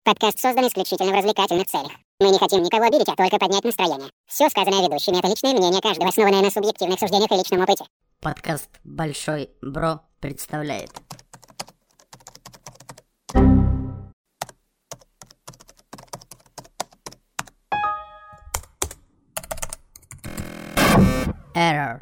Подкаст создан исключительно в развлекательных целях. Мы не хотим никого обидеть, а только поднять настроение. Все сказанное ведущими — это личное мнение каждого, основанное на субъективных суждениях и личном опыте. Подкаст «Большой Бро» представляет. Error.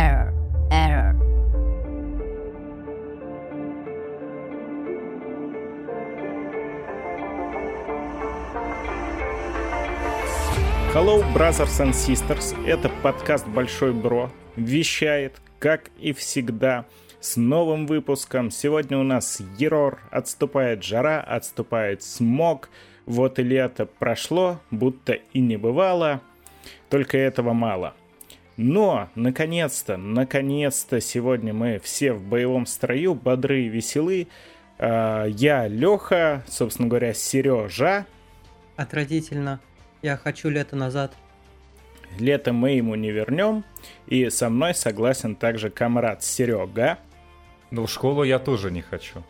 Hello, brothers and sisters, это подкаст «Большой Бро», вещает, как и всегда, с новым выпуском. Сегодня у нас ерор, отступает жара, отступает смог, вот и лето прошло, будто и не бывало, только этого мало. Но, наконец-то, сегодня мы все в боевом строю, бодры и веселы. Я Леха, собственно говоря, Сережа. Отвратительно. Я хочу лето назад. Лето мы ему не вернем. И со мной согласен также комрад Серега. Ну, в школу я тоже не хочу.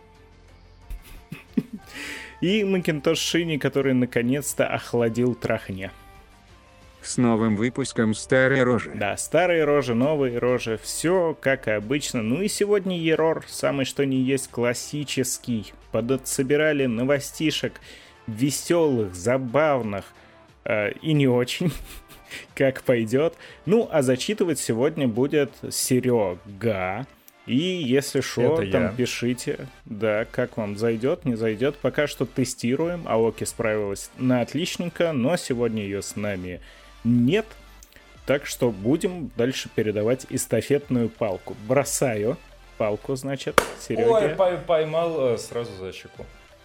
И Макинтош Шини, который наконец-то охладил трахне. С новым выпуском старой рожи. Да, старые рожи, новые рожи. Все как и обычно. Ну и сегодня ерор, самый что ни есть классический. Подсобирали новостишек веселых, забавных и не очень, как пойдет. Ну, а зачитывать сегодня будет Серега. И если что, там пишите, да, как вам зайдет, не зайдет. Пока что тестируем. Аоки справилась на отличненько, но сегодня ее с нами нет. Так что будем дальше передавать эстафетную палку. Бросаю палку, значит, Сереге. Ой, поймал сразу за щеку.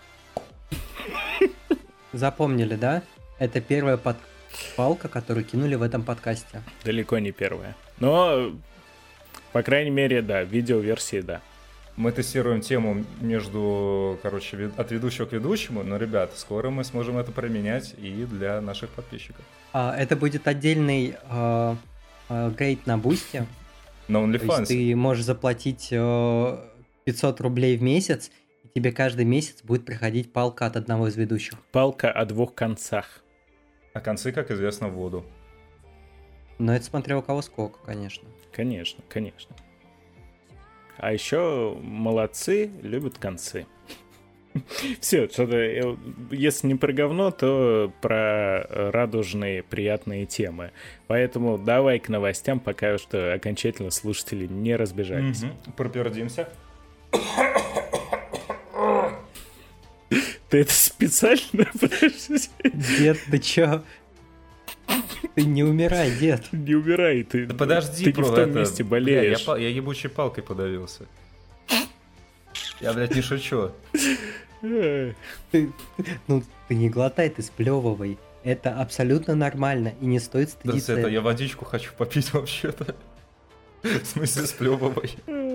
Запомнили, да? Это первая палка, которую кинули в этом подкасте. Далеко не первая. Но, по крайней мере, да, в видеоверсии, да. Мы тестируем тему от ведущего к ведущему, но, ребят, скоро мы сможем это применять и для наших подписчиков. Это будет отдельный грейд на Бусти. На OnlyFans. То есть ты можешь заплатить 500 рублей в месяц, и тебе каждый месяц будет приходить палка от одного из ведущих. Палка о двух концах. А концы, как известно, в воду. Но это смотря у кого сколько, конечно. Конечно. А еще молодцы, любят концы. Все, что-то, если не про говно, то про радужные, приятные темы. Поэтому давай к новостям, пока что окончательно слушатели не разбежались. Пропердимся. Ты это специально? Дед, ты чё? Ты не умирай, дед. Не умирай, ты. Да подожди, ты не в том месте болеешь. Я ебучей палкой подавился. Я, блядь, не шучу. Ты не глотай, ты сплёвывай. Это абсолютно нормально, и не стоит стыдиться. Да, это я водичку хочу попить вообще-то. В смысле, сплёвывай.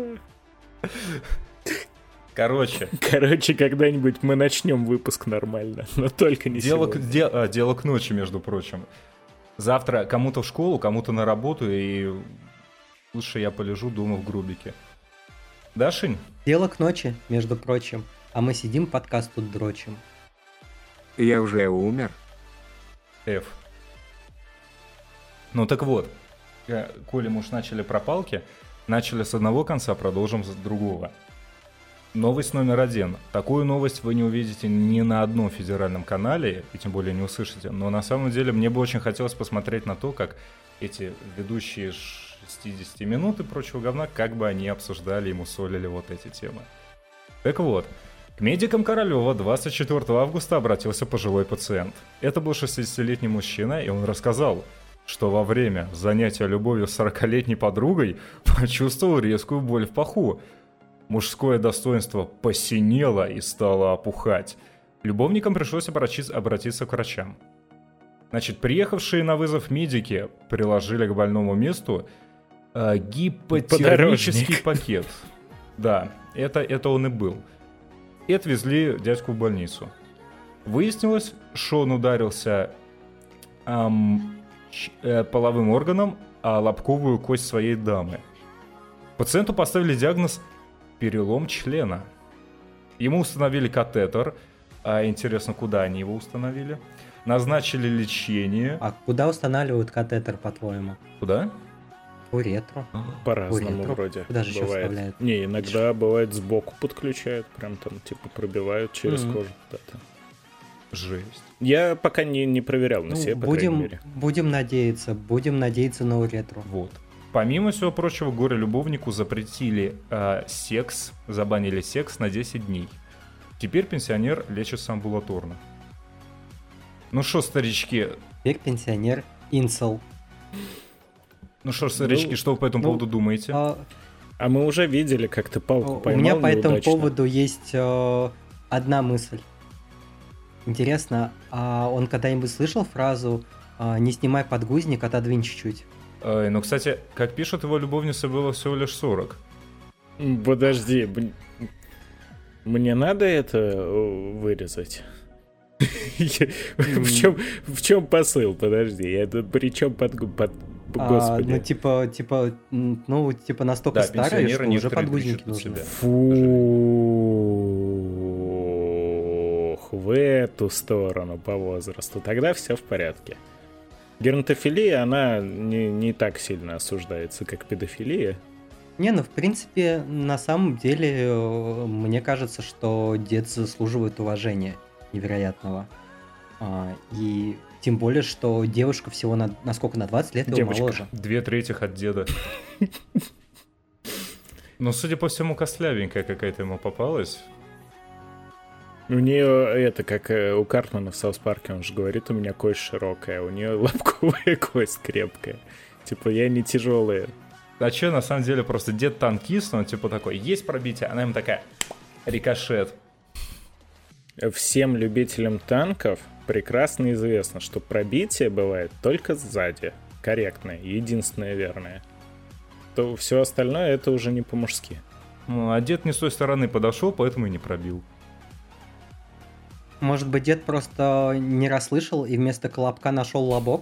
Короче, когда-нибудь мы начнем выпуск нормально, но только не сегодня. Дело к ночи, между прочим. Завтра кому-то в школу, кому-то на работу, и лучше я полежу дома в грубике. Да, Шинь? Дело к ночи, между прочим, а мы сидим, подкаст тут дрочим. Я уже умер. F. Ну так вот, коли мы уж начали про палки, начали с одного конца, продолжим с другого. Новость номер 1. Такую новость вы не увидите ни на одном федеральном канале, и тем более не услышите. Но на самом деле мне бы очень хотелось посмотреть на то, как эти ведущие 60 минут и прочего говна, как бы они обсуждали и мусолили вот эти темы. Так вот, к медикам Королева 24 августа обратился пожилой пациент. Это был 60-летний мужчина, и он рассказал, что во время занятия любовью с 40-летней подругой почувствовал резкую боль в паху. Мужское достоинство посинело и стало опухать. Любовникам пришлось обратиться к врачам. Значит, приехавшие на вызов медики приложили к больному месту гипотермический пакет. Да, это он и был. И отвезли дядьку в больницу. Выяснилось, что он ударился половым органом о лобковую кость своей дамы. Пациенту поставили диагноз перелом члена. Ему установили катетер, А интересно, куда они его установили? Назначили лечение. А куда устанавливают катетер, по-твоему? Куда? У ретро. По-разному Ретро. вроде. Куда же еще бывает. вставляют? Не, иногда бывает сбоку подключают, прям там типа пробивают через кожу куда-то. Жесть. Я пока не проверял на Ну, себе, по крайней мере. будем надеяться на ретро. Вот. Помимо всего прочего, горе-любовнику запретили секс, забанили секс на 10 дней. Теперь пенсионер лечится амбулаторно. Ну что, старички, Теперь пенсионер инсел. старички, что вы по этому поводу думаете? А мы уже видели, как ты палку У поймал меня по этому неудачно. поводу есть одна мысль. Интересно, а он когда-нибудь слышал фразу «не снимай подгузник, отодвинь чуть-чуть»? Ну, кстати, как пишут, его любовнице было всего лишь 40. Подожди, мне надо это вырезать? В чем посыл? Подожди, я тут при чем Господи. Настолько Да, старый, пенсионеры что уже некоторые подгузники дрючат под нужны. себя. Фух, в эту сторону по возрасту. Тогда все в порядке. Геронтофилия, она не так сильно осуждается, как педофилия. Не, ну в принципе, на самом деле, мне кажется, что дед заслуживает уважения невероятного. И тем более, что девушка всего на 20 лет его Девочка. моложе. 2/3 от деда. Но, судя по всему, костлявенькая какая-то ему попалась. У нее это, как у Картмана в Саус Парке, он же говорит, у меня кость широкая, у нее лобковая кость крепкая. Типа, я не тяжелая. А че, на самом деле, просто дед танкист, он типа такой, есть пробитие, она ему такая, рикошет. Всем любителям танков прекрасно известно, что пробитие бывает только сзади. Корректное, единственное верное. То все остальное это уже не по-мужски. Ну, а дед не с той стороны подошел, поэтому и не пробил. Может быть, дед просто не расслышал и вместо колобка нашел лобок?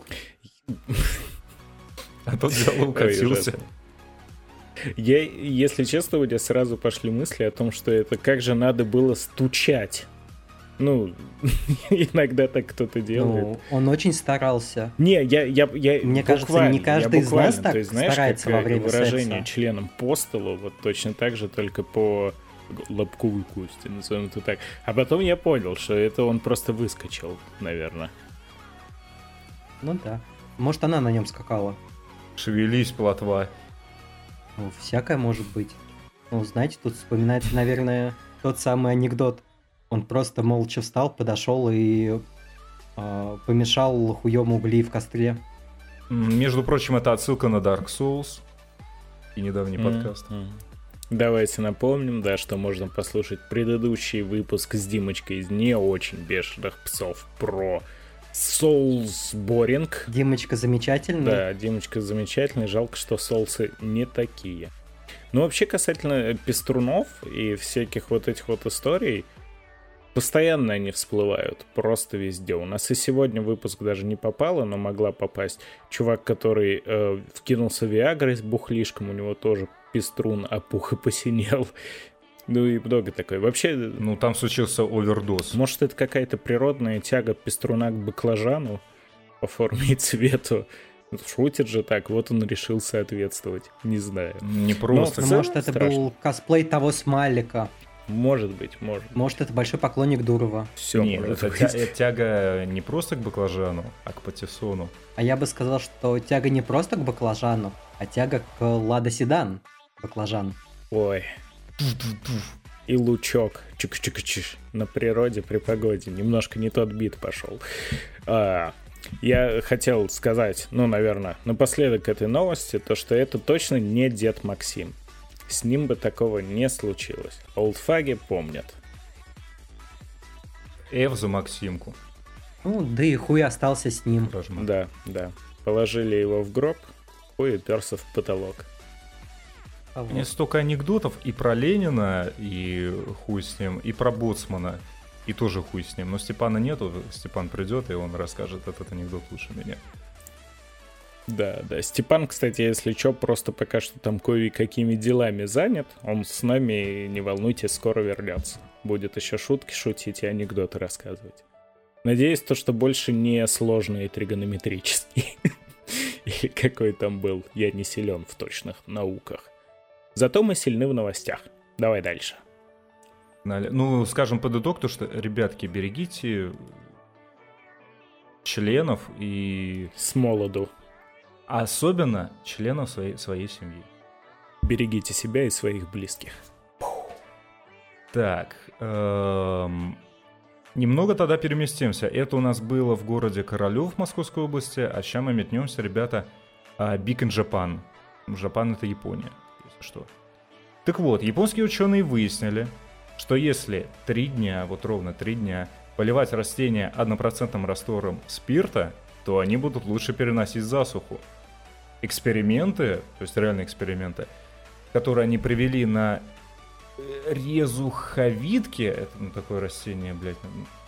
А тот взял и укатился. Если честно, у меня сразу пошли мысли о том, что это как же надо было стучать. Ну, иногда так кто-то делает. Ну, он очень старался. Не, я Мне кажется, не каждый из нас так то есть, знаешь, старается как во время выражение секса. членом по столу, вот точно так же, только по лобковой кости, назовем это так. А потом я понял, что это он просто выскочил, наверное. Ну да. Может, она на нем скакала. Шевелись, плотва. Ну, всякое может быть. Ну, знаете, тут вспоминается, наверное, тот самый анекдот. Он просто молча встал, подошел и помешал хуем угли в костре. Между прочим, это отсылка на Dark Souls и недавний подкаст. Давайте напомним, да, что можно послушать предыдущий выпуск с Димочкой из не очень бешеных псов про Soulsborne. Димочка замечательный. Да, Димочка замечательный, жалко, что соусы не такие. Ну, вообще, касательно пеструнов и всяких вот этих вот историй, постоянно они всплывают, просто везде. У нас и сегодня выпуск даже не попало, но могла попасть. Чувак, который вкинулся виагрой с бухлишком, у него тоже пеструн опух и посинел. Ну и много такое. Вообще... Ну, там случился овердоз. Может, это какая-то природная тяга пеструна к баклажану по форме и цвету. Шутит же так, вот он решил соответствовать. Не знаю. Не просто. Но Может, это страшно. был косплей того смайлика. Может быть, может. Может, это большой поклонник Дурова. Все Не, может это быть. тяга не просто к баклажану, а к патиссону. А я бы сказал, что тяга не просто к баклажану, а тяга к Лада Седан. Баклажан. Ой. И лучок. Чик-чик-чиш. На природе при погоде. Немножко не тот бит пошел. Я хотел сказать, ну, наверное, напоследок этой новости, то, что это точно не дед Максим. С ним бы такого не случилось. Олдфаги помнят. Эв за Максимку. Ну, да и хуй остался с ним. Рожма. Да, да. Положили его в гроб, хуй уперся в потолок. А вот. Мне столько анекдотов и про Ленина, и хуй с ним, и про Боцмана, и тоже хуй с ним. Но Степана нету, Степан придет, и он расскажет этот анекдот лучше меня. Да, да. Степан, кстати, если что, просто пока что там кое-какими делами занят. Он с нами, не волнуйтесь, скоро вернется. будет еще шутки шутить и анекдоты рассказывать. Надеюсь, то, что больше не сложный тригонометрический. Или какой там был. Я не силен в точных науках. Зато мы сильны в новостях. Давай дальше. Ну, скажем под итог, то, что, ребятки, берегите членов и... С молоду. Особенно членов своей семьи. Берегите себя и своих близких. Так, немного тогда переместимся. Это у нас было в городе Королёв Московской области, а сейчас мы метнемся, ребята, Big in Japan. Japan — это Япония, если что. Так вот, японские ученые выяснили, что если 3 дня, вот ровно 3 дня, поливать растения 1% раствором спирта, то они будут лучше переносить засуху. Эксперименты, то есть реальные эксперименты, которые они провели на резуховидке, это такое растение, блядь,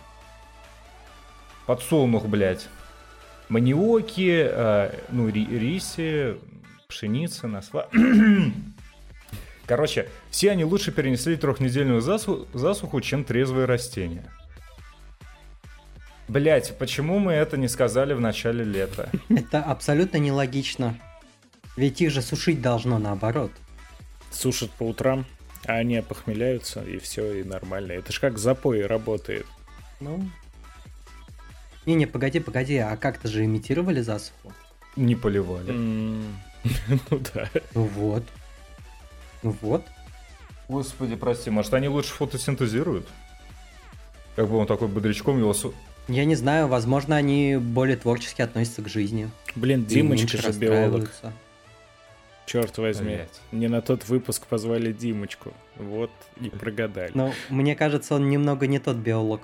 подсолнух, блядь, маниоки, рисе, пшеницы, Короче, все они лучше перенесли 3-недельную засуху, чем трезвые растения. Блять, почему мы это не сказали в начале лета? Это абсолютно нелогично. Ведь их же сушить должно наоборот. Сушат по утрам, а они опохмеляются, и все, и нормально. Это ж как запой работает. Ну... Не, погоди, а как-то же имитировали засуху? Не поливали. Ну да. Ну вот. Господи, прости, может они лучше фотосинтезируют? Как бы он такой бодрячком его... Я не знаю, возможно, они более творчески относятся к жизни. Блин, Димочка же биолог. Черт возьми, Блять. Не на тот выпуск позвали Димочку. Вот и прогадали. Но мне кажется, он немного не тот биолог.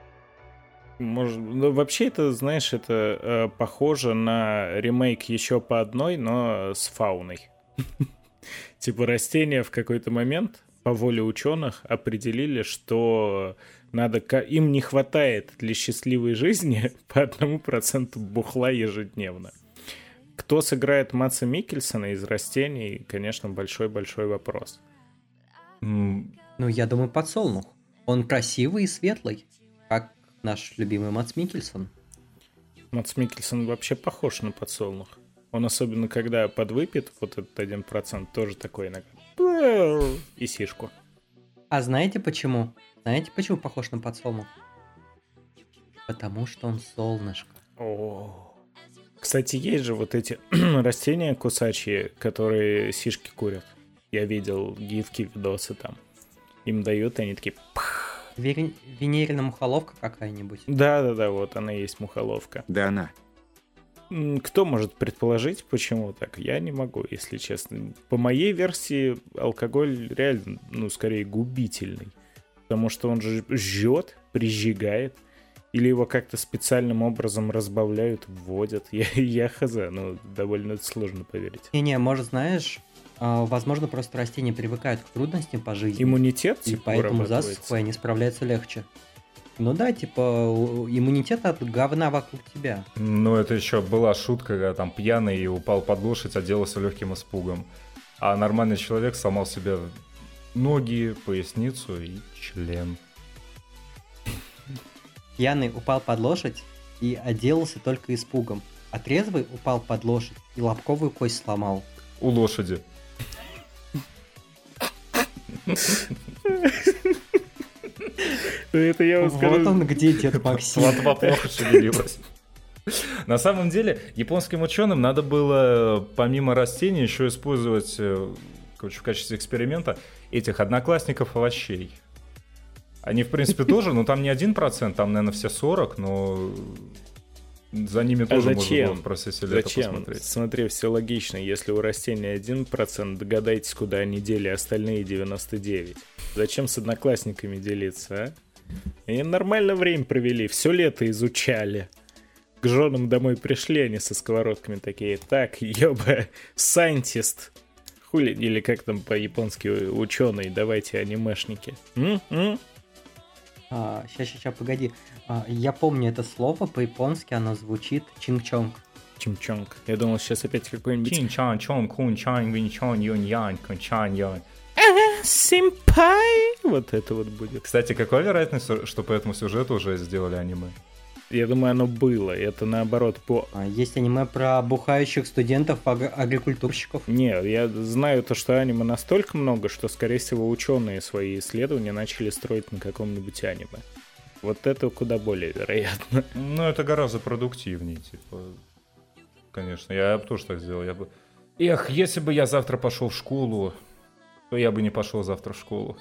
Может, ну, вообще это, знаешь, это похоже на ремейк еще по одной, но с фауной. Типа растения в какой-то момент по воле ученых определили, что им не хватает для счастливой жизни по 1% бухла ежедневно. Кто сыграет Мадса Миккельсона из растений, конечно, большой-большой вопрос. Ну, я думаю, подсолнух. Он красивый и светлый, как наш любимый Мадс Миккельсон. Мадс Миккельсон вообще похож на подсолнух. Он особенно, когда подвыпьет вот этот 1%, тоже такой иногда. И сишку. А знаете почему? Знаете, почему похож на подсолнух? Потому что он солнышко. О. Кстати, есть же вот эти растения кусачие, которые сишки курят. Я видел гифки, видосы там. Им дают, и они такие... Венерина мухоловка какая-нибудь? Да, вот она и есть мухоловка. Да она. Кто может предположить, почему так? Я не могу, если честно. По моей версии, алкоголь реально, скорее губительный. Потому что он же жжет, прижигает. Или его как-то специальным образом разбавляют, вводят. Я хз, довольно сложно поверить. Не, может, знаешь, возможно, просто растения привыкают к трудностям по жизни. Иммунитет, и поэтому засухой они справляются легче. Ну да, типа, иммунитет от говна вокруг тебя. Ну, это еще была шутка, когда там пьяный и упал под лошадь, отделался легким испугом. А нормальный человек сломал себе ноги, поясницу и член. Пьяный упал под лошадь и отделался только испугом. А трезвый упал под лошадь и лобковую кость сломал. У лошади. Это я вам скажу. Вот он где, дед Максим. Лотва плохо шевелилась. На самом деле, японским ученым надо было помимо растений еще использовать, в качестве эксперимента этих одноклассников овощей. Они, в принципе, тоже, там не 1%, там, наверное, все 40%, но за ними тоже можно было в процессе лета посмотреть. Смотри, все логично. Если у растения 1%, догадайтесь, куда они дели остальные 99%. Зачем с одноклассниками делиться, а? Они нормально время провели, все лето изучали. К женам домой пришли они со сковородками такие. Так, ёба, сайентист. Хули, или как там по-японски ученый, давайте анимешники. Ща, погоди. Я помню это слово, по-японски оно звучит чинг-чонг. Чимчонг. Я думал, сейчас опять какой-нибудь... Чин-чан, чон, кун, чан, вин, чон, юнь, янь, кун, чан, юнь. симпай! Вот это вот будет. Кстати, какая вероятность, что по этому сюжету уже сделали аниме? Я думаю, оно было. Это наоборот по... Есть аниме про бухающих студентов-агрикультурщиков. Не, я знаю то, что аниме настолько много, что, скорее всего, ученые свои исследования начали строить на каком-нибудь аниме. Вот это куда более вероятно. Ну, это гораздо продуктивнее, типа. Конечно, я бы тоже так сделал. Эх, если бы я завтра пошел в школу, то я бы не пошел завтра в школу.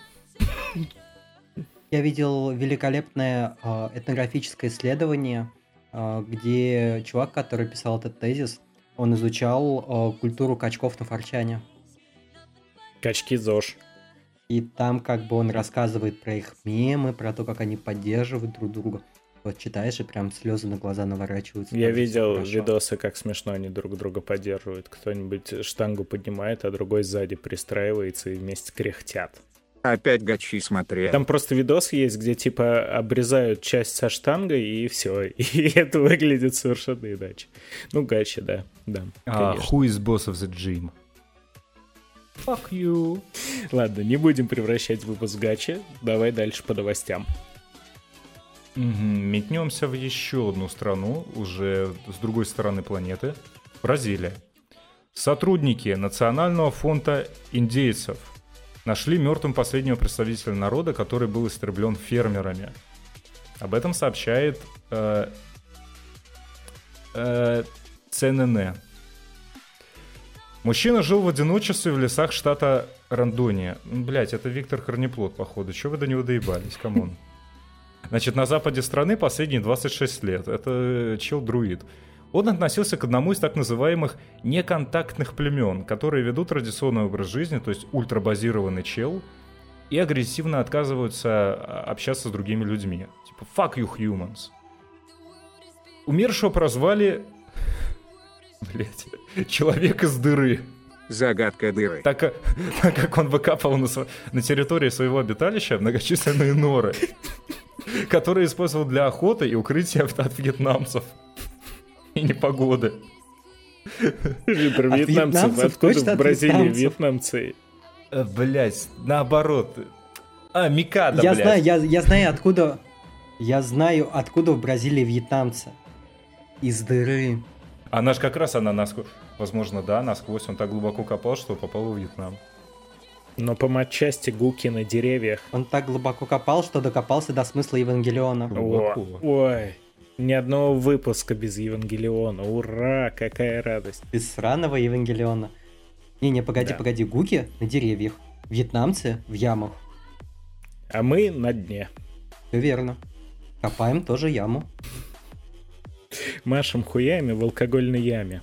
Я видел великолепное этнографическое исследование, где чувак, который писал этот тезис, он изучал культуру качков на Форчане. Качки ЗОЖ. И там как бы он рассказывает про их мемы, про то, как они поддерживают друг друга. Вот читаешь, и прям слезы на глаза наворачиваются. Я видел видосы, как смешно они друг друга поддерживают. Кто-нибудь штангу поднимает, а другой сзади пристраивается и вместе кряхтят. Опять гачи смотрел. Там просто видос есть, где типа обрезают часть со штангой и все. И это выглядит совершенно иначе. Ну, гачи, да. Who is boss of the gym? Fuck you. Ладно, не будем превращать выпуск в гачи. Давай дальше по новостям. Метнемся в еще одну страну, уже с другой стороны планеты. Бразилия. Сотрудники Национального фонда индейцев нашли мертвым последнего представителя народа, который был истреблен фермерами. Об этом сообщает ЦНН. Мужчина жил в одиночестве в лесах штата Рондония. Блять, это Виктор Корнеплод, походу. Чего вы до него доебались? Камон. Значит, на западе страны последние 26 лет. Это чел-друид. Он относился к одному из так называемых неконтактных племен, которые ведут традиционный образ жизни, то есть ультрабазированный чел, и агрессивно отказываются общаться с другими людьми. Типа «fuck you humans». Умершего прозвали... Блять, человек из дыры. Загадка дыры. Так как он выкапывал на территории своего обиталища многочисленные норы, которые использовал для охоты и укрытия от вьетнамцев. И непогоды. Про вьетнамцев. Откуда в Бразилии вьетнамцы? Блять, наоборот. Микадо, я блядь. Я знаю, откуда в Бразилии вьетнамцы. Из дыры. Она ж как раз, она насквозь, возможно, да, насквозь. Он так глубоко копал, что попал во Вьетнам. Но по матчасти гуки на деревьях. Он так глубоко копал, что докопался до смысла Евангелиона. Ой, ни одного выпуска без Евангелиона. Ура, какая радость. Без сраного Евангелиона. Не, погоди, гуки на деревьях. Вьетнамцы в ямах. А мы на дне. Все верно. Копаем тоже яму. Машем хуями в алкогольной яме.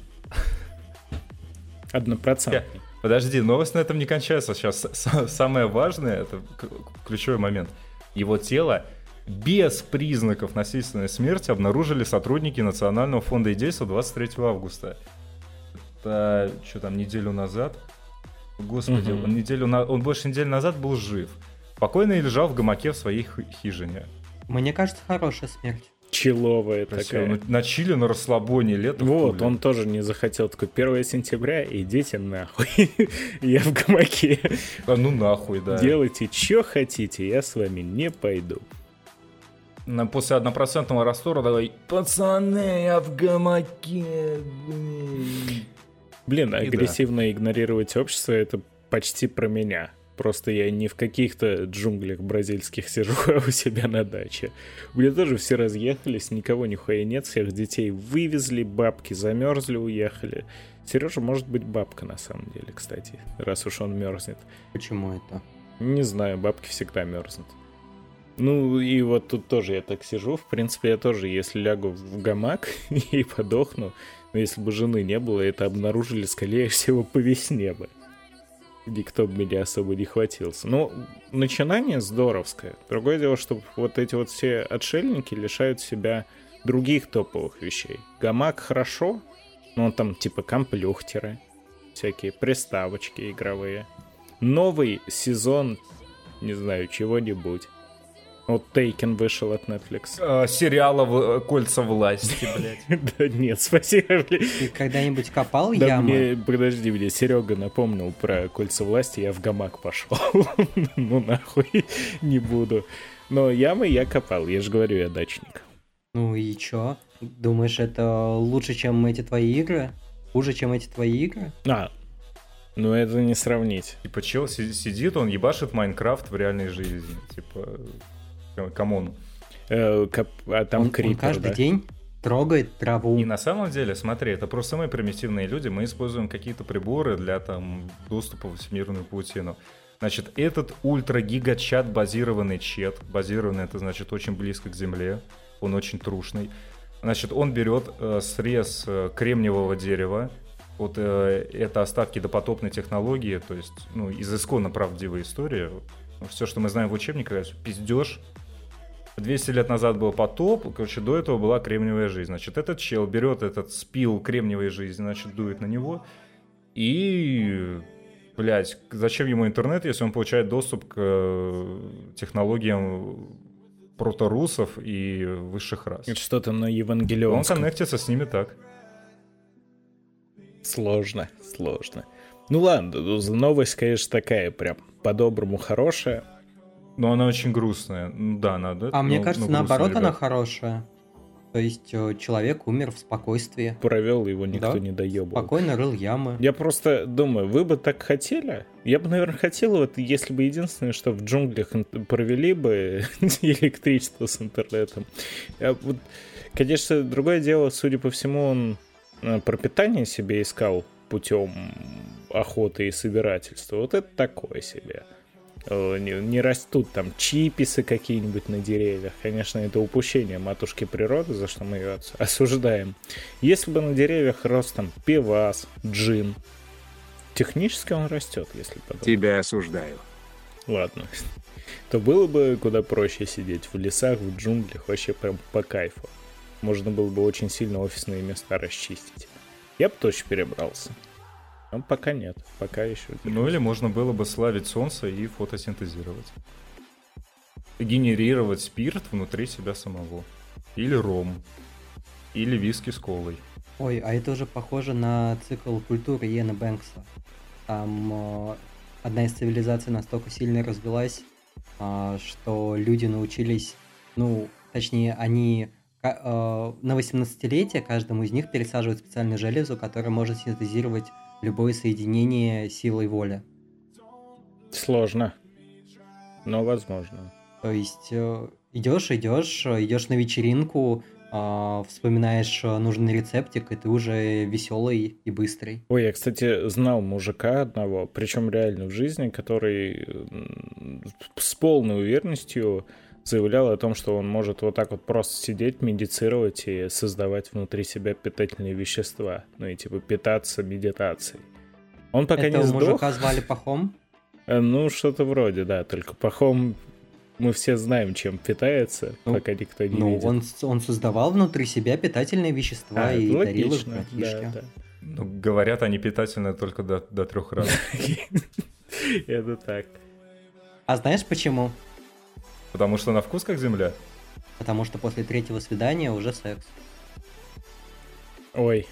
100%. Подожди, новость на этом не кончается. Сейчас самое важное, это ключевой момент. Его тело без признаков насильственной смерти обнаружили сотрудники Национального фонда индейцев 23 августа. Это что там, неделю назад? Господи, он больше недели назад был жив. Покойный лежал в гамаке в своей хижине. Мне кажется, хорошая смерть. Человая такая. На чили, на расслабоне, лето. Вот, он тоже не захотел. Такой, 1 сентября, идите нахуй. Я в гамаке. Ну нахуй, да. Делайте, что хотите, я с вами не пойду. После 1% раствора давай, пацаны, я в гамаке. Блин, агрессивно игнорировать общество — это почти про меня. Просто я не в каких-то джунглях бразильских сижу, а у себя на даче. У меня тоже все разъехались, никого нихуя нет, всех детей вывезли, бабки замерзли, уехали. Сережа может быть бабка на самом деле, кстати, раз уж он мерзнет. Почему это? Не знаю, бабки всегда мерзнут. Ну и вот тут тоже я так сижу, в принципе я тоже, если лягу в гамак и подохну, но если бы жены не было, это обнаружили, скорее всего, по весне бы. Никто бы меня особо не хватился. Ну, начинание здоровское. Другое дело, что вот эти вот все отшельники лишают себя других топовых вещей. Гамак хорошо, но он там типа комплюхтеры, всякие приставочки игровые. Новый сезон, не знаю, чего-нибудь. Вот Taken вышел от Netflix. Сериала «Кольца власти», блядь. Да нет, спасибо, блядь. Ты когда-нибудь копал Да ямы? подожди, мне Серега напомнил про «Кольца власти», я в гамак пошел. Ну нахуй, не буду. Но ямы я копал, я же говорю, я дачник. Ну и чё? Думаешь, это лучше, чем эти твои игры? Хуже, чем эти твои игры? Ну это не сравнить. Типа чел сидит, он ебашит Майнкрафт в реальной жизни. Типа, камон. А там Он крипер, каждый да? день трогает траву. И на самом деле, смотри, это просто мы примитивные люди, мы используем какие-то приборы для там доступа в всемирную паутину. Значит, этот ультра-гига-чат базированный чет, базированный, это значит очень близко к земле, он очень трушный. Значит, он берет срез кремниевого дерева, вот это остатки допотопной технологии, то есть, ну, из исконно правдивой истории. Все, что мы знаем в учебниках, пиздеж. 200 лет назад был потоп, короче, до этого была кремниевая жизнь. Значит, этот чел берет этот спил кремниевой жизни, значит, дует на него. И, блядь, зачем ему интернет, если он получает доступ к технологиям проторусов и высших рас? Это что-то на Он евангелионском. коннектится с ними так. Сложно. Ну ладно, новость, конечно, такая прям по-доброму хорошая. Но она очень грустная. Ну да, надо. А мне ну, кажется, грустная, наоборот, она ребят. хорошая. То есть человек умер в спокойствии. Провел, его никто Да. не доебал. Спокойно рыл ямы. Я просто думаю, вы бы так хотели? Я бы, наверное, хотел, вот если бы единственное, что в джунглях провели бы электричество с интернетом. Вот, конечно, другое дело, судя по всему, он пропитание себе искал путем охоты и собирательства. Вот это такое себе. Не растут там чиписы какие-нибудь на деревьях. Конечно, это упущение матушки природы, за что мы ее осуждаем. Если бы на деревьях рос там пивас, джин, технически он растет, если подумать. Тебя осуждаю. Ладно. То было бы куда проще сидеть в лесах, в джунглях, вообще прям по кайфу. Можно было бы очень сильно офисные места расчистить. Я бы точно перебрался. Но пока нет. Пока еще. Ну или можно было бы славить солнце и фотосинтезировать. Генерировать спирт внутри себя самого. Или ром. Или виски с колой. Ой, а это уже похоже на цикл культуры Иэна Бэнкса. Там одна из цивилизаций настолько сильно развилась, что люди научились, ну, точнее, они на 18-летие каждому из них пересаживают специальную железу, которая может синтезировать любое соединение силой воли. Сложно. Но возможно. То есть идешь на вечеринку, вспоминаешь нужный рецептик, и ты уже веселый и быстрый. Ой, я, кстати, знал мужика одного, причем реально в жизни, который с полной уверенностью заявлял о том, что он может вот так вот просто сидеть, медитировать и создавать внутри себя питательные вещества. Ну и типа питаться медитацией. Он пока Этого не сдох. мужика звали Пахом? Ну, что-то вроде, да. Только Пахом мы все знаем, чем питается, Ну, пока никто не Ну, видит. он создавал внутри себя питательные вещества и это дарил их логично, братишке. да. Ну, говорят, они питательны только до 3 раз. Это так. А знаешь почему? Потому что на вкус как земля. Потому что после 3-го свидания уже секс. Ой,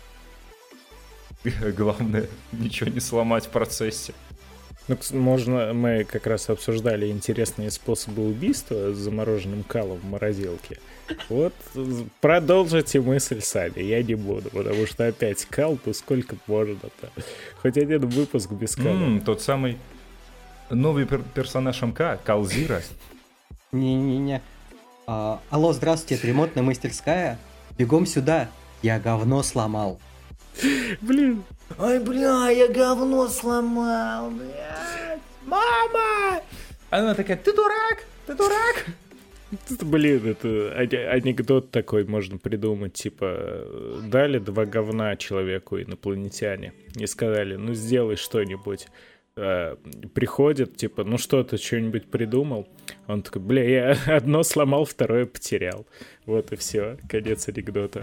Главное, ничего не сломать в процессе. ну, можно, мы как раз обсуждали интересные способы убийства с замороженным калом в морозилке. Вот, продолжите мысль сами, я не буду, потому что опять кал, то сколько можно-то? Хоть один выпуск без кала. Тот самый новый персонаж МК, Калзира. Не-не-не. Алло, здравствуйте, это ремонтная мастерская. Бегом сюда. Я говно сломал. Блин, Ой, бля, я говно сломал, блядь. Мама! Она такая, ты дурак, ты дурак. блин, это анекдот такой можно придумать, типа, дали 2 говна человеку инопланетяне и сказали, ну сделай что-нибудь. Приходит, типа, ну что ты что-нибудь придумал? Он такой, бля, я одно сломал, второе потерял. Вот и все, конец анекдота.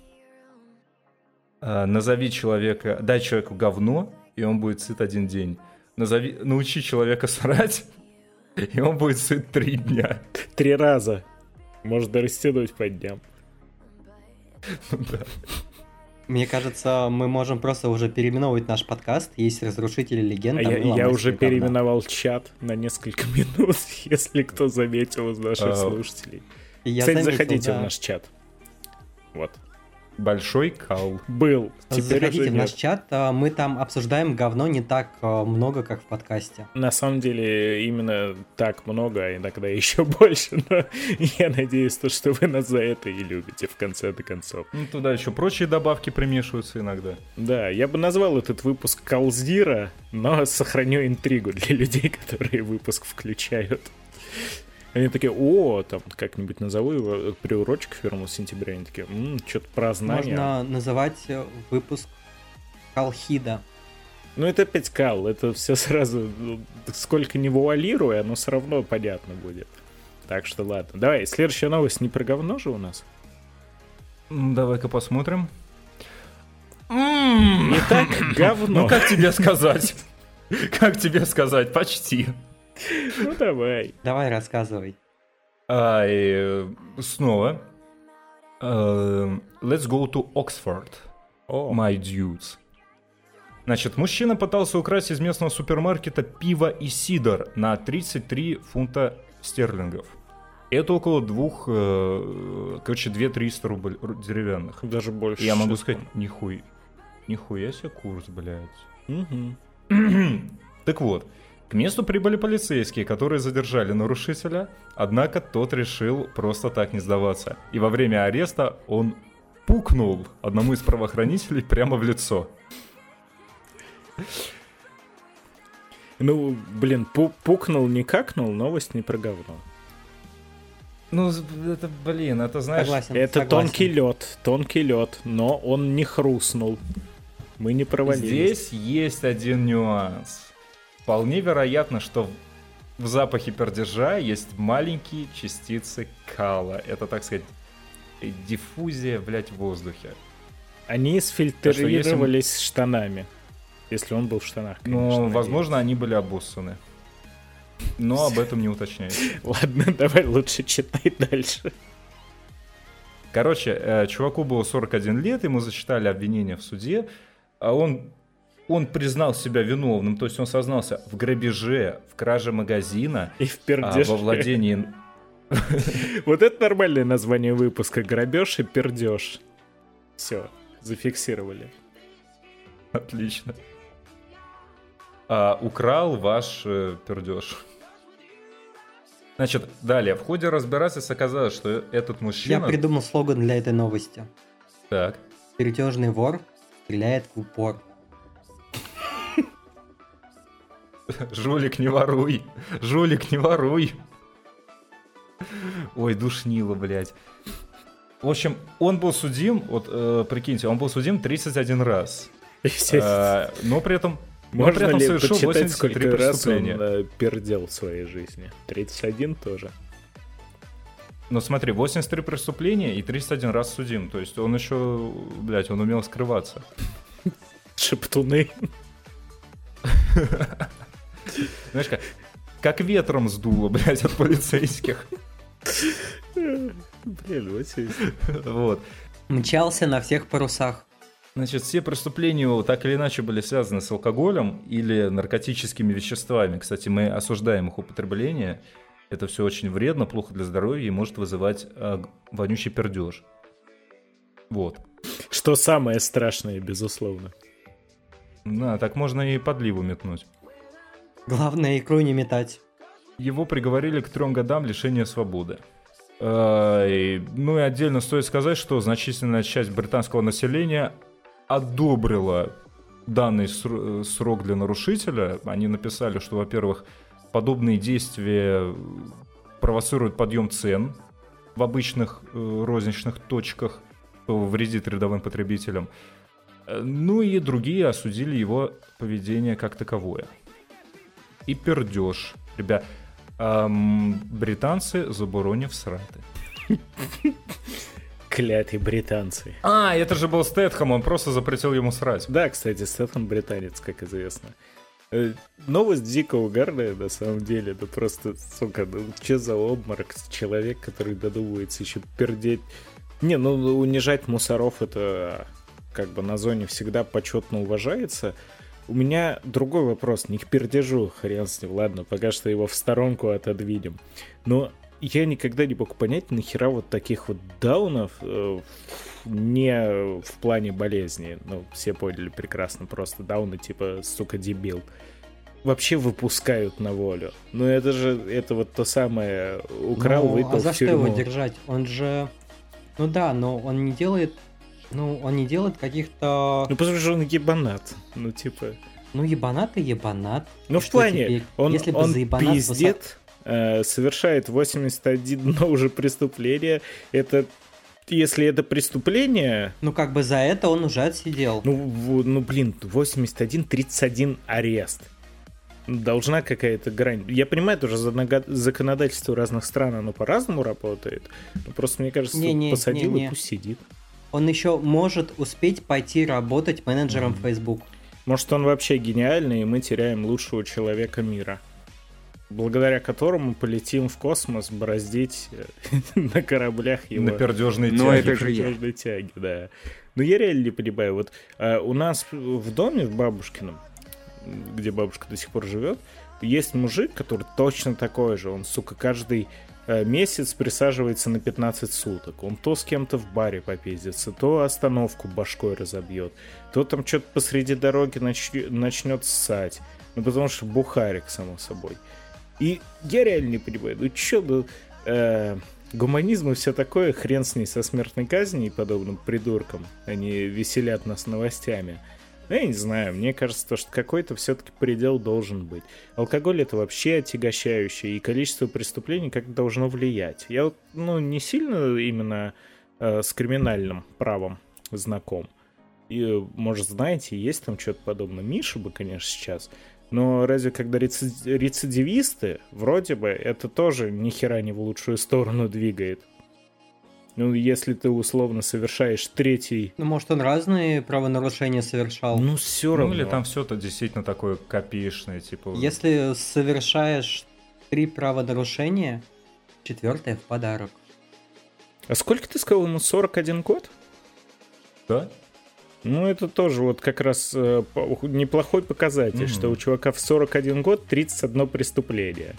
Назови человека, дай человеку говно, и он будет сыт 1 день. Научи человека срать, И он будет сыт 3 дня. 3 раза. Можно растянуть по дням. Да. Мне кажется, мы можем просто уже переименовывать наш подкаст. Есть разрушители легенд. Я уже переименовал чат на несколько минут, если кто заметил из наших слушателей. Кстати, заходите в наш чат. Вот. Большой кал. Был. Теперь Заходите уже в наш нет. чат. Мы там обсуждаем говно не так много, как в подкасте. На самом деле, именно так много, а иногда еще больше. Но я надеюсь, что вы нас за это и любите в конце-то концов. Ну, туда еще прочие добавки примешиваются иногда. Да, я бы назвал этот выпуск Калздира, но сохраню интригу для людей, которые выпуск включают. Они такие, там как-нибудь назову его, приурочу к 1 сентября. Они такие, что-то про знания. Можно называть выпуск Калхида. Ну это опять кал, это все сразу, сколько не вуалируя, оно все равно понятно будет. Так что ладно. Давай, следующая новость не про говно же у нас? Давай-ка посмотрим. Итак, говно. Ну как тебе сказать? Как тебе сказать? Почти. Ну давай. Давай, рассказывай. И снова. Let's go to Oxford, my dudes. Значит, мужчина пытался украсть из местного супермаркета пиво и сидр на 33 фунта стерлингов. Это около 2-300 рублей деревянных. Даже больше. Я могу сказать, нихуя себе курс, блядь. Угу. Так вот, к месту прибыли полицейские, которые задержали нарушителя, однако тот решил просто так не сдаваться. И во время ареста он пукнул одному из правоохранителей прямо в лицо. Ну, блин, пукнул, не какнул, новость не про говно. Ну, это, блин, это, знаешь... Согласен, Это согласен. тонкий лед, но он не хрустнул. Мы не провалились. Здесь есть один нюанс. Вполне вероятно, что в запахе пердежа есть маленькие частицы кала. Это, так сказать, диффузия, блядь, в воздухе. Они сфильтрировались штанами. Если он был в штанах, конечно. Ну, возможно, они были обоссаны. Но об этом не уточняется. Ладно, давай лучше читай дальше. Короче, чуваку было 41 лет, ему зачитали обвинение в суде, а он признал себя виновным, то есть он сознался в грабеже, в краже магазина, И в пердеж. во владении... Вот это нормальное название выпуска. Грабеж и пердеж. Все, зафиксировали. Отлично. Украл ваш пердеж. Значит, далее. В ходе разбирательства оказалось, что этот мужчина... Я придумал слоган для этой новости. Так. Пердежный вор стреляет в упор. Жулик, не воруй. Жулик, не воруй. Ой, душнило, блядь. В общем, он был судим, вот прикиньте, он был судим 31 раз. Но при этом Можно ли совершил подсчитать, 83 сколько раз преступления. он пердел в своей жизни? 31 тоже. Ну смотри, 83 преступления и 31 раз судим. То есть он еще, блядь, он умел скрываться. Шептуны. Знаешь, как ветром сдуло, блядь, от полицейских. Блин, вот здесь. Вот. Мчался на всех парусах. Значит, все преступления его так или иначе были связаны с алкоголем или наркотическими веществами. Кстати, мы осуждаем их употребление. Это все очень вредно, плохо для здоровья и может вызывать вонючий пердеж. Вот. Что самое страшное, безусловно. Да, так можно и подливу метнуть. Главное, икру не метать. Его приговорили к 3 годам лишения свободы. Ну и отдельно стоит сказать, что значительная часть британского населения одобрила данный срок для нарушителя. Они написали, что, во-первых, подобные действия провоцируют подъем цен в обычных розничных точках, что вредит рядовым потребителям. Ну и другие осудили его поведение как таковое. И пердеж. Ребят, британцы заборонив срати. Клятые британцы. Это же был Стэтхэм, он просто запретил ему срать. Да, кстати, Стэтхэм британец, как известно. Новость дико угарная, на самом деле. Да просто, сука, ну что за обморок? Человек, который додумывается еще пердеть. Не, ну унижать мусоров, это как бы на зоне всегда почетно уважается. У меня другой вопрос, не к пердежу, хрен с ним, ладно, пока что его в сторонку отодвинем. Но я никогда не мог понять, нахера вот таких вот даунов, не в плане болезни, ну, все поняли прекрасно, просто дауны типа, сука, дебил, вообще выпускают на волю. Ну это же, это вот то самое, украл, выпил а за в что тюрьму. его держать? Он же... Ну да, но он не делает... Ну, он не делает каких-то... Ну потому что он ебанат, ну типа... Ну, ебанат и ебанат. Ну И в что плане, теперь? он Если бы за ебанат пиздит, совершает 81 уже преступление, это... Если это преступление... Ну, как бы за это он уже отсидел. Ну блин, 81, 31 арест. Должна какая-то грань. Я понимаю, тоже законодательство разных стран, оно по-разному работает. Но просто, мне кажется, посадил и пусть сидит. Он еще может успеть пойти работать менеджером в Facebook. Может, он вообще гениальный, и мы теряем лучшего человека мира, благодаря которому полетим в космос бороздить на кораблях его... На пердежной Но тяге. это же я. пердежной тяге, да. Но я реально не понимаю. Вот у нас в доме, в бабушкином, где бабушка до сих пор живет, есть мужик, который точно такой же. Он, сука, каждый месяц присаживается на 15 суток. Он то с кем-то в баре попиздится, то остановку башкой разобьет, то там что-то посреди дороги начнет ссать. Ну, потому что бухарик, само собой. И я реально не понимаю, ну что, гуманизм и все такое, хрен с ней со смертной казнью и подобным придуркам. Они веселят нас новостями. Я не знаю, мне кажется, что какой-то все-таки предел должен быть. Алкоголь — это вообще отягощающее, и количество преступлений как-то должно влиять. Я вот, не сильно именно с криминальным правом знаком. И, может, знаете, есть там что-то подобное. Миша бы, конечно, сейчас. Но разве когда рецидивисты, вроде бы, это тоже ни хера не в лучшую сторону двигает. Ну, если ты условно совершаешь третий... Ну, может, он разные правонарушения совершал. Ну, все равно. Ну, или там все-то действительно такое копеечное, типа... Если совершаешь 3 правонарушения, 4-е в подарок. А сколько ты сказал ему? 41 год? Да? Ну, это тоже вот как раз неплохой показатель, что у чувака в 41 год 31 преступление.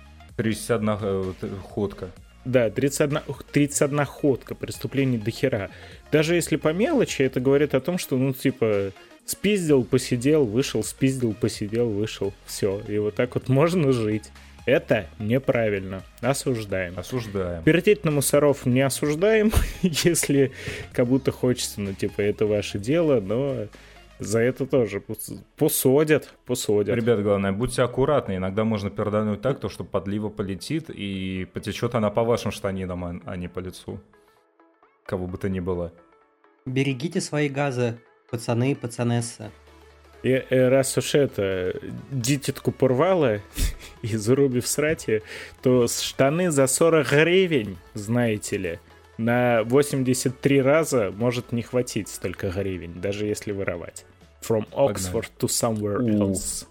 31 ходка. Да, 31 ходка, преступлений до хера. Даже если по мелочи, это говорит о том, что, спиздил, посидел, вышел, спиздил, посидел, вышел. Все, и вот так вот можно жить. Это неправильно. Осуждаем. Осуждаем. Пердеть на мусоров не осуждаем, если как будто хочется, это ваше дело, но за это тоже посадят. Ребят, главное, будьте аккуратны. Иногда можно пердануть так, что подлива полетит, и потечет она по вашим штанинам, а не по лицу. Кого бы то ни было. Берегите свои газы, пацаны и пацанессы. И раз уж дитятку порвало и зарубив срати, то штаны за 40 гривен, знаете ли, на 83 раза может не хватить столько гривен, даже если воровать. From Oxford to somewhere else.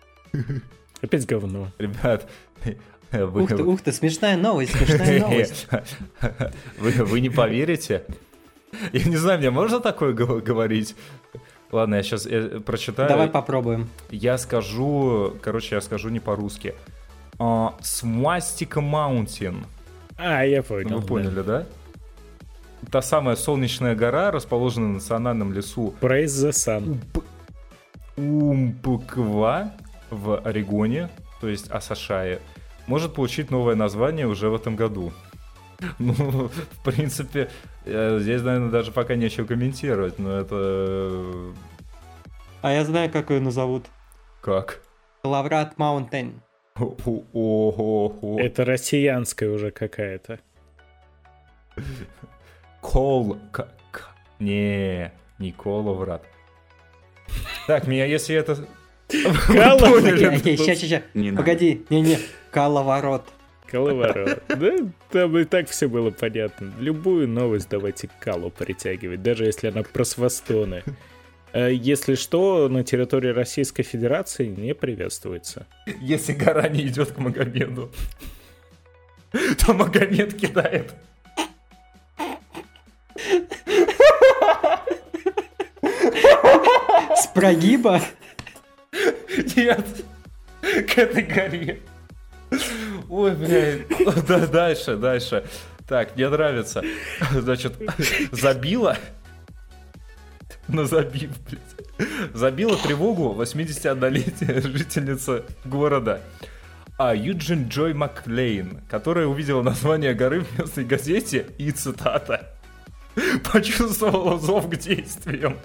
Опять говно. Ребят, Ух ты, смешная новость. Вы не поверите? Я не знаю, мне можно такое говорить? Ладно, я сейчас прочитаю. Давай попробуем. Я скажу не по-русски. Swastika Mountain. Я понял. Вы поняли, да? Та самая солнечная гора, расположенная в национальном лесу Praise the Sun. Умпуква в Орегоне, то есть Асашае, может получить новое название уже в этом году. Ну, в принципе, здесь, наверное, даже пока нечего комментировать, но это... А я знаю, как ее назовут. Как? Коловрат Маунтейн. Ого. Это россиянская уже какая-то. Не Коловрат. Так, меня если это... Ща. Не надо. Погоди, не. Коловорот. Коловорот. Да, там и так все было понятно. Любую новость давайте к Калу притягивать, даже если она про свастоны. Если что, на территории Российской Федерации не приветствуется. Если гора не идет к Магомеду, то Магомед кидает. С прогиба? Нет, к этой горе. Ой, блядь. Да, дальше. Так, мне нравится. Значит, забила тревогу 81-летняя жительница города Юджин Джой Маклейн, которая увидела название горы в местной газете и, цитата, почувствовала зов к действиям.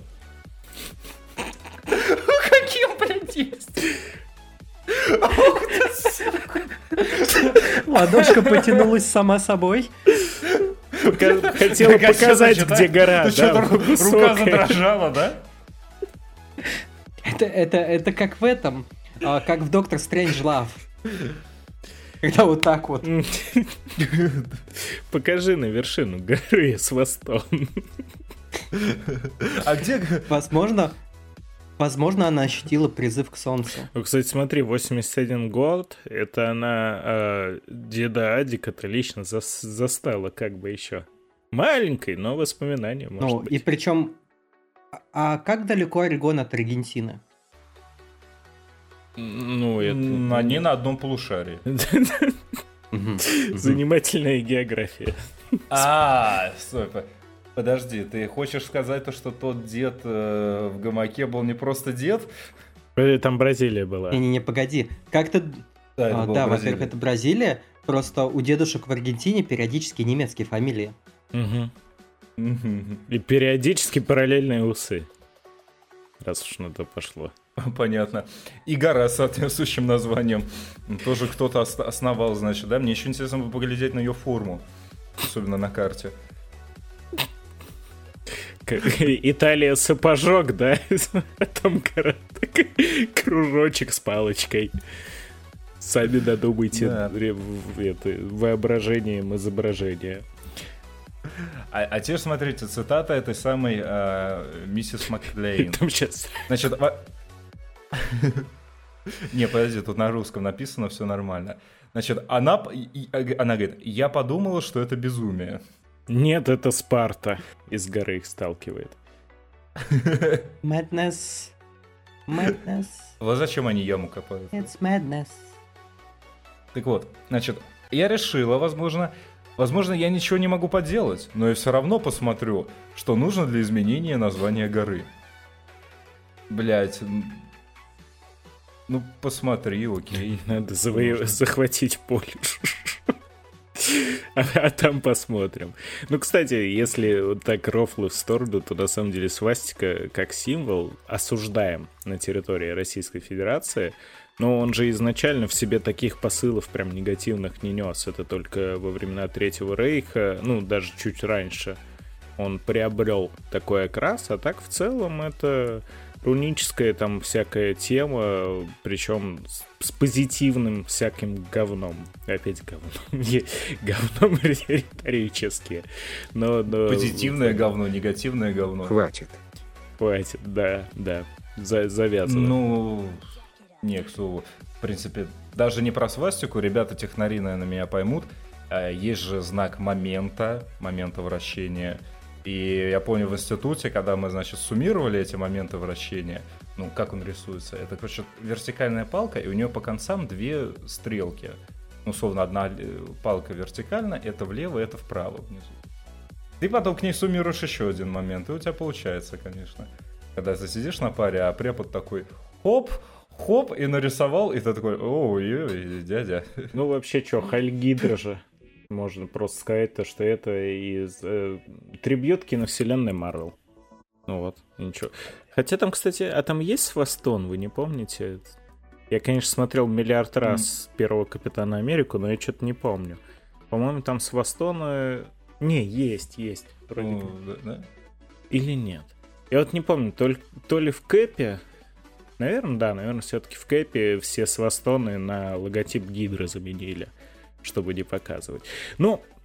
Каким, блядь, действиям? Ох ты, сука. Ладошка потянулась сама собой. Хотела показать, где гора. Рука задрожала, да? Это как в этом, как в Доктор Стрэндж Лав. Когда вот так вот. Покажи на вершину горы с хвостом. А где... Возможно, она ощутила призыв к солнцу. Ну, кстати, смотри, 81 год, это она деда Адика-то лично застала как бы еще. Маленькой, но воспоминания, может быть. И причем, а как далеко Орегон от Аргентины? Ну, это... Они на одном полушарии. Занимательная география. Стой, подожди, ты хочешь сказать то, что тот дед в гамаке был не просто дед? Там Бразилия была. Не, погоди. Как-то... Да, во-первых, это Бразилия. Просто у дедушек в Аргентине периодически немецкие фамилии. И периодически параллельные усы. Раз уж на то пошло. Понятно. И гора с соответствующим названием. Тоже кто-то основал, значит, да? Мне еще интересно было поглядеть на ее форму. Особенно на карте. Италия сапожок, да? Там кружочек с палочкой. Сами додумайте воображением изображения. А теперь смотрите, цитата этой самой миссис Маклейн. Там сейчас... Значит, не, подожди, тут на русском написано, все нормально. Значит, она говорит, я подумала, что это безумие. Нет, это Спарта из горы их сталкивает. Madness. Вот зачем они яму копают? It's madness. Так вот, значит, я решила, возможно, я ничего не могу поделать, но я все равно посмотрю, что нужно для изменения названия горы. Блять, ну посмотри, окей. Надо захватить Польшу. А там посмотрим. Ну, кстати, если вот так рофлы в сторону, то на самом деле свастика как символ осуждаем на территории Российской Федерации. Но он же изначально в себе таких посылов прям негативных не нес. Это только во времена Третьего Рейха, ну, даже чуть раньше, он приобрел такой окрас. А так в целом это руническая там всякая тема, причем с позитивным всяким говном. Опять говном. Говном риторически. Но... Позитивное говно, негативное говно. Хватит, да. Завязываем. Ну, не, к слову, в принципе, даже не про свастику, ребята технари, наверное, меня поймут. Есть же знак момента вращения. И я помню в институте, когда мы, значит, суммировали эти моменты вращения, ну, как он рисуется, это, короче, вертикальная палка, и у нее по концам две стрелки. Ну, условно, одна палка вертикально, это влево, это вправо внизу. Ты потом к ней суммируешь еще один момент, и у тебя получается, конечно. Когда ты сидишь на паре, а препод такой хоп, и нарисовал, и ты такой, ой, дядя. Ну, вообще, что, Хальгидра же. Можно просто сказать, то, что это из трибьют киновселенной Марвел. Ну вот, ничего. Хотя там, кстати, там есть свастон, вы не помните? Я, конечно, смотрел миллиард раз первого Капитана Америку, но я что-то не помню. По-моему, там свастон... Не, есть. Вроде да? Или нет? Я вот не помню, то ли в Кэпе... Наверное, все-таки в Кэпе все свастоны на логотип Гидры заменили, чтобы не показывать. Ну,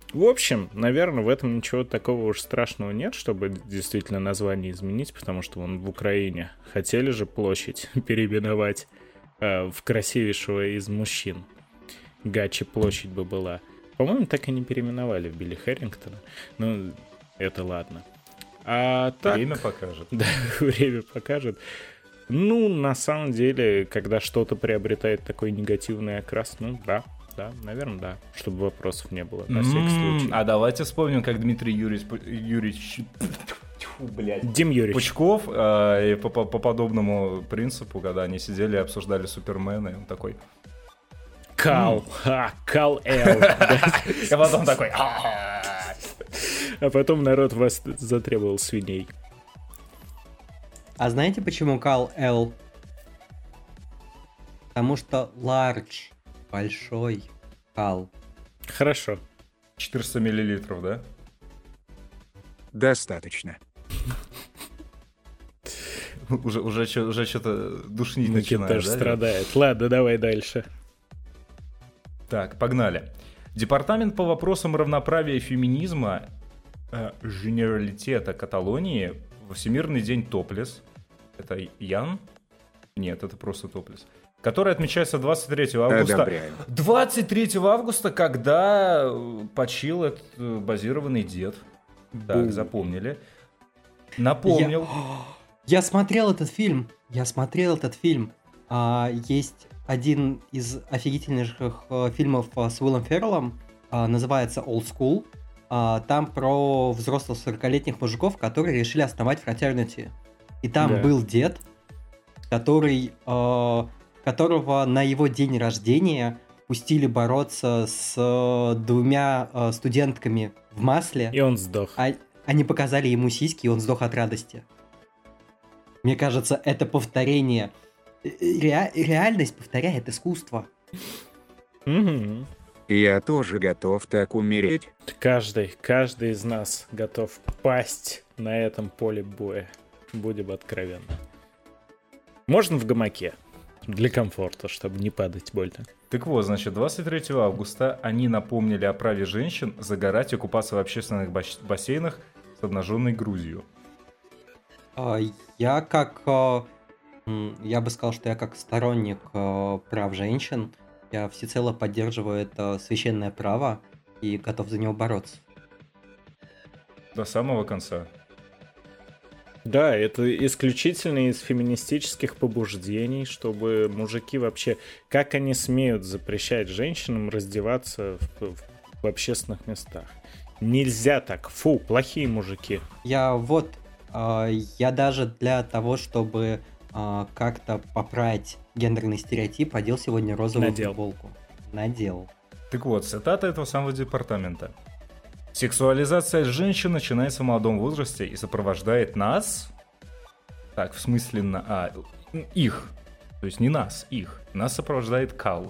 В общем, наверное, в этом ничего такого уж страшного нет, чтобы действительно название изменить, потому что вон в Украине хотели же площадь переименовать в красивейшего из мужчин. Гачи площадь бы была. По-моему, так и не переименовали в Билли Хэрингтона. Ну, это ладно. А так... Время покажет. Да, время покажет. Ну, на самом деле, когда что-то приобретает такой негативный окрас, ну, да, наверное, да. Чтобы вопросов не было, на всякий случай. А давайте вспомним, как Дмитрий Юрьевич Дим Юрьевич Пучков по подобному принципу, когда они сидели и обсуждали Супермена, и он такой... Кал Эл. И потом такой... А потом народ вас затребовал свиней. А знаете, почему Кал Л? Потому что large, большой кал. Хорошо. 400 миллилитров, да? Достаточно. Уже что-то душнить Никита начинает, тоже да? страдает. Ладно, давай дальше. Так, погнали. Департамент по вопросам равноправия и феминизма Женералитета Каталонии во Всемирный день топлес. Это Ян? Нет, это просто топлес. Который отмечается 23 августа. Одобряю. 23 августа, когда почил этот базированный дед. Так, запомнили. Напомнил. Я смотрел этот фильм. Есть один из офигительнейших фильмов с Уиллом Ферреллом. Называется Old School. Там про взрослых 40-летних мужиков, которые решили основать фратернити. И там был дед, которого на его день рождения пустили бороться с двумя студентками в масле. И он сдох. Они показали ему сиськи, и он сдох от радости. Мне кажется, это повторение. Реальность повторяет искусство. Угу. Я тоже готов так умереть. Каждый из нас готов пасть на этом поле боя. Будем откровенны. Можно в гамаке. Для комфорта, чтобы не падать больно. Так вот, значит, 23 августа они напомнили о праве женщин загорать и купаться в общественных бассейнах с обнаженной грудью. Я бы сказал, что я как сторонник прав женщин, я всецело поддерживаю это священное право и готов за него бороться. До самого конца. Да, это исключительно из феминистических побуждений, чтобы мужики вообще... Как они смеют запрещать женщинам раздеваться в общественных местах? Нельзя так. Фу, плохие мужики. Я даже для того, чтобы как-то поправить гендерный стереотип, одел сегодня розовую футболку. Надел. Так вот, цитата этого самого департамента. Сексуализация женщин начинается в молодом возрасте и сопровождает нас... Так, в смысле их. То есть не нас, их. Нас сопровождает кал.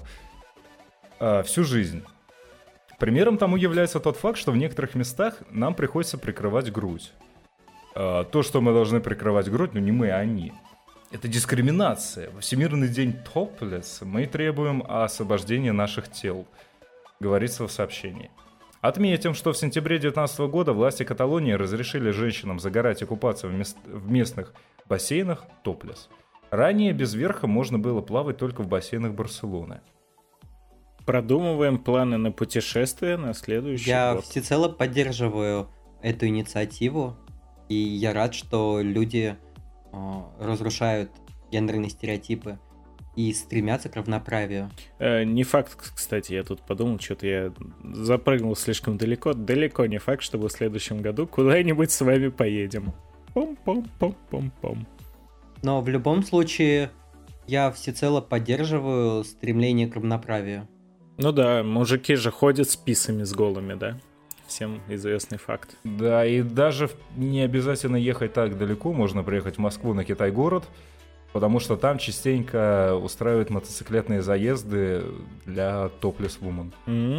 Всю жизнь. Примером тому является тот факт, что в некоторых местах нам приходится прикрывать грудь. То, что мы должны прикрывать грудь, не мы, а они. Это дискриминация. Во Всемирный день топлес мы требуем освобождения наших тел. Говорится в сообщении. Отметим, что в сентябре 2019 года власти Каталонии разрешили женщинам загорать и купаться в местных бассейнах топлес. Ранее без верха можно было плавать только в бассейнах Барселоны. Продумываем планы на путешествие на следующий Я год. всецело поддерживаю эту инициативу, и я рад, что люди разрушают гендерные стереотипы и стремятся к равноправию. Не факт, кстати, я тут подумал, что-то я запрыгнул слишком далеко. Далеко не факт, что в следующем году куда-нибудь с вами поедем. Пом-пом-пом-пом-пом. Но в любом случае я всецело поддерживаю стремление к равноправию. Ну да, мужики же ходят с писами с голыми, да? Всем известный факт. Да, и даже не обязательно ехать так далеко, можно приехать в Москву на Китай-город, потому что там частенько устраивают мотоциклетные заезды для топлес-вумен.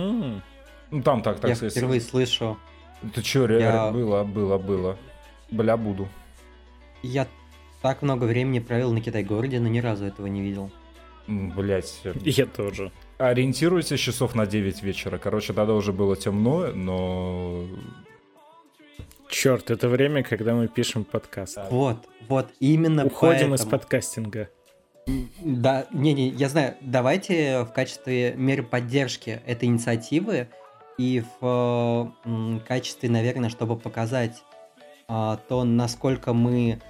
Ну там так Я сказать. впервые слышу. Ты чё, реально? Было. Бля, буду. Я так много времени провел на Китай-городе, но ни разу этого не видел. Блять. Я тоже. Ориентируйтесь часов на 9 вечера. Короче, тогда уже было темно, но... Черт, это время, когда мы пишем подкаст. Вот, именно Уходим из поэтому. подкастинга. Да, не, я знаю, давайте в качестве меры поддержки этой инициативы и в качестве, наверное, чтобы показать то, насколько мы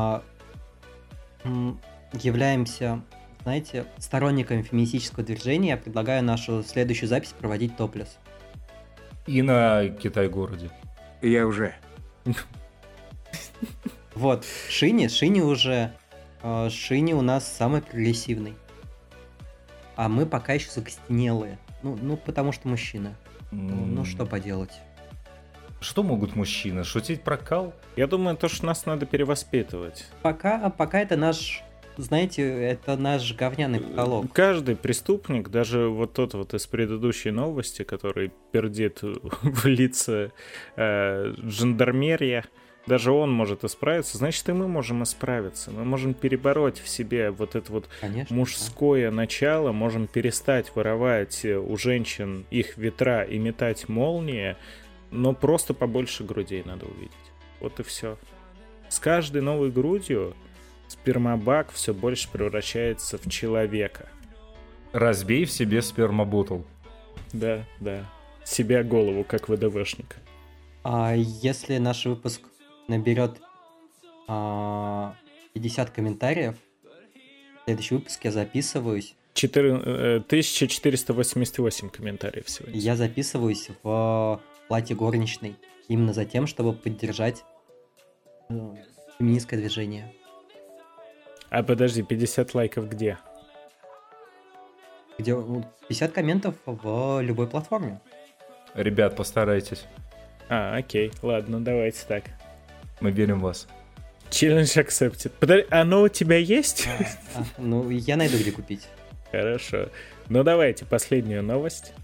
являемся, знаете, сторонниками феминистического движения, я предлагаю нашу следующую запись проводить топлес. И на Китай-городе. Я уже. Вот, Шини у нас самый прогрессивный. А мы пока еще закостенелые. Ну, потому что мужчины. Ну, что поделать. Что могут мужчины? Шутить про кал? Я думаю, то, что нас надо перевоспитывать. Пока это наш, знаете, это наш говняный потолок. Каждый преступник, даже вот тот вот из предыдущей новости, который пердит в лица жандармерия, даже он может исправиться, значит, и мы можем исправиться. Мы можем перебороть в себе вот это вот Конечно, мужское начало, можем перестать воровать у женщин их ветра и метать молнии, но просто побольше грудей надо увидеть. Вот и все. С каждой новой грудью спермобак все больше превращается в человека. Разбей в себе спермоботл. Да. Себя голову, как ВДВшник. А если наш выпуск наберет 50 комментариев, в следующий выпуск я записываюсь. 1488 комментариев сегодня. Я записываюсь в платье горничной. Именно за тем, чтобы поддержать феминистское движение. А подожди, 50 лайков где? Где 50 комментов в любой платформе. Ребят, постарайтесь. Окей, ладно, давайте так. Мы верим в вас. Challenge accepted. Подожди, оно у тебя есть? Ну, я найду, где купить. Хорошо. Ну давайте, последнюю новость.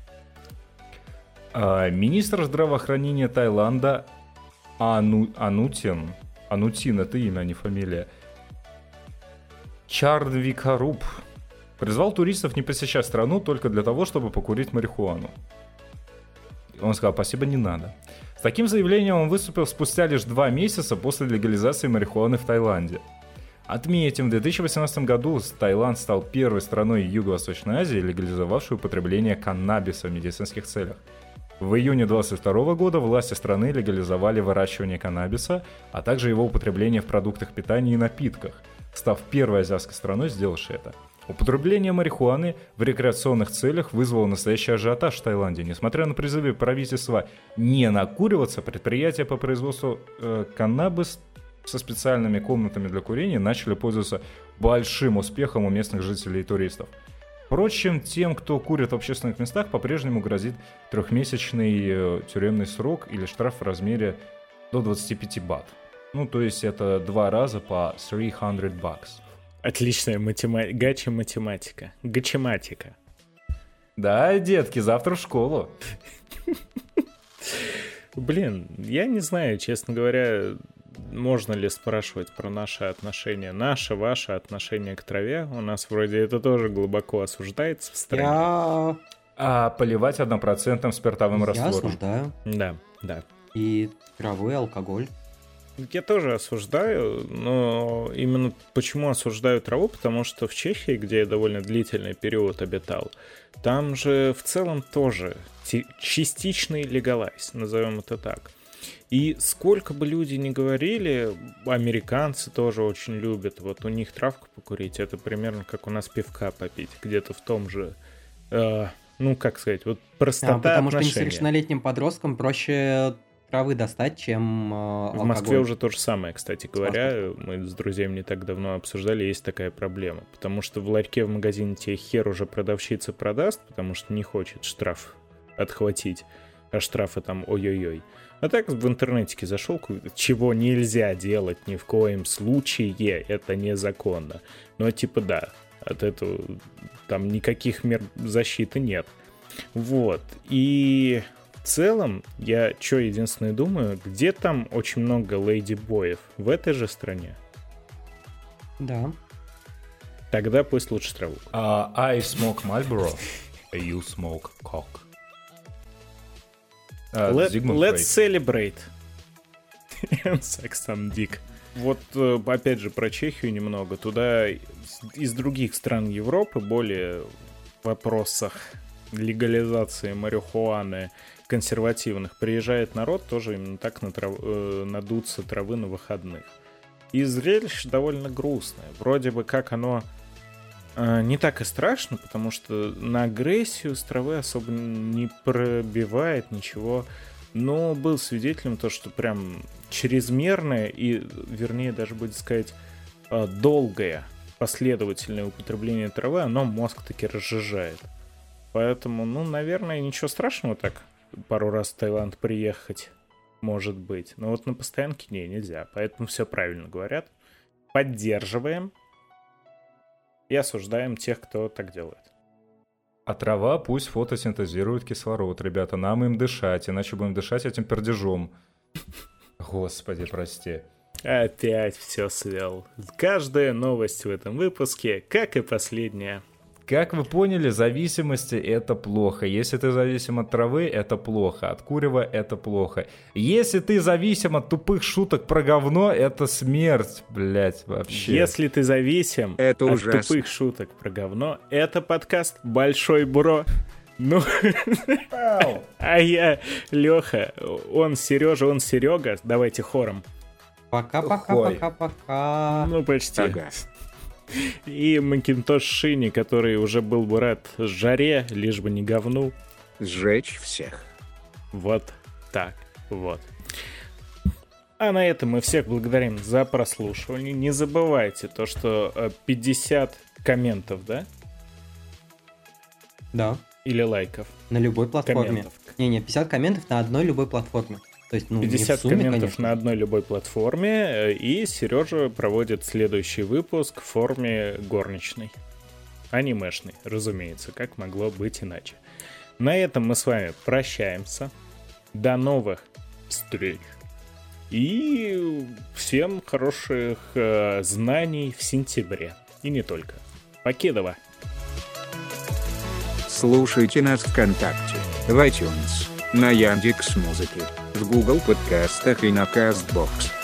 Министр здравоохранения Таиланда Анутин, это имя, а не фамилия, Чардвикаруп призвал туристов не посещать страну только для того, чтобы покурить марихуану. Он сказал, спасибо, не надо. С таким заявлением он выступил спустя лишь 2 месяца после легализации марихуаны в Таиланде. Отметим, в 2018 году Таиланд стал первой страной Юго-Восточной Азии, легализовавшей употребление каннабиса в медицинских целях. В июне 2022 года власти страны легализовали выращивание каннабиса, а также его употребление в продуктах питания и напитках, став первой азиатской страной, сделавшей это. Употребление марихуаны в рекреационных целях вызвало настоящий ажиотаж в Таиланде. Несмотря на призывы правительства не накуриваться, предприятия по производству каннабис со специальными комнатами для курения начали пользоваться большим успехом у местных жителей и туристов. Впрочем, тем, кто курит в общественных местах, по-прежнему грозит 3-месячный тюремный срок или штраф в размере до 25 бат. Ну, то есть это 2 раза по $300. Отличная гачи-математика. Гачематика. Да, детки, завтра в школу. Блин, я не знаю, честно говоря, можно ли спрашивать про наши отношения. Ваше отношение к траве. У нас вроде это тоже глубоко осуждается в стране. А поливать 1% спиртовым раствором. Я осуждаю. Да. И траву, и алкоголь. Я тоже осуждаю, но именно почему осуждаю траву, потому что в Чехии, где я довольно длительный период обитал, там же в целом тоже частичный легалайз, назовем это так. И сколько бы люди ни говорили, американцы тоже очень любят, вот у них травку покурить, это примерно как у нас пивка попить, где-то в том же, как сказать, вот простота потому отношения. что несовершеннолетним подросткам проще травы достать, чем алкоголь. В Москве уже то же самое, кстати говоря. Мы с друзьями не так давно обсуждали, есть такая проблема. Потому что в ларьке, в магазине тебе хер уже продавщица продаст, потому что не хочет штраф отхватить. А штрафы там ой-ой-ой. А так в интернетике зашел, чего нельзя делать ни в коем случае, это незаконно. Но типа да, от этого там никаких мер защиты нет. Вот. И в целом, я что единственное думаю, где там очень много леди-боев? В этой же стране? Да. Тогда пусть лучше траву. I smoke Marlboro, you smoke cock. Let's celebrate. And suck some dick. Вот опять же про Чехию немного. Туда из других стран Европы более в вопросах легализации марихуаны консервативных приезжает народ тоже именно так надуться травы на выходных. И зрелище довольно грустное. Вроде бы как оно не так и страшно, потому что на агрессию с травы особо не пробивает ничего. Но был свидетелем то, что прям чрезмерное и, вернее, даже будет сказать, долгое последовательное употребление травы, оно мозг таки разжижает. Поэтому, наверное, ничего страшного так пару раз в Таиланд приехать может быть. Но вот на постоянке нельзя. Поэтому все правильно говорят. Поддерживаем и осуждаем тех, кто так делает. А трава пусть фотосинтезирует кислород, ребята, нам им дышать, иначе будем дышать этим пердежом. Господи, прости. Опять все свел. Каждая новость в этом выпуске, как и последняя. Как вы поняли, зависимости — это плохо. Если ты зависим от травы, это плохо. От курева — это плохо. Если ты зависим от тупых шуток про говно, это смерть, блять, вообще. Если ты зависим Это от ужасно. тупых шуток про говно, это подкаст «Большой Бро». Ну, а я Леха, он Сережа, он Серега. Давайте хором. Пока-пока-пока-пока. Ну, почти. Ага. И Макинтош Шини, который уже был бы рад жаре, лишь бы не говну. Сжечь всех. Вот так вот. А на этом мы всех благодарим за прослушивание. Не забывайте то, что 50 комментов, да? Да, Или лайков? на любой платформе. Комментов. Не, 50 комментов на одной любой платформе. То есть, 50 не в сумме, комментов конечно. на одной любой платформе. И Сережа проводит следующий выпуск в форме горничной. Анимешной, разумеется, как могло быть иначе. На этом мы с вами прощаемся. До новых встреч. И всем хороших знаний в сентябре. И не только. Покедова. Слушайте нас ВКонтакте, в iTunes, на Яндекс.Музыке, в Google подкастах и на Castbox.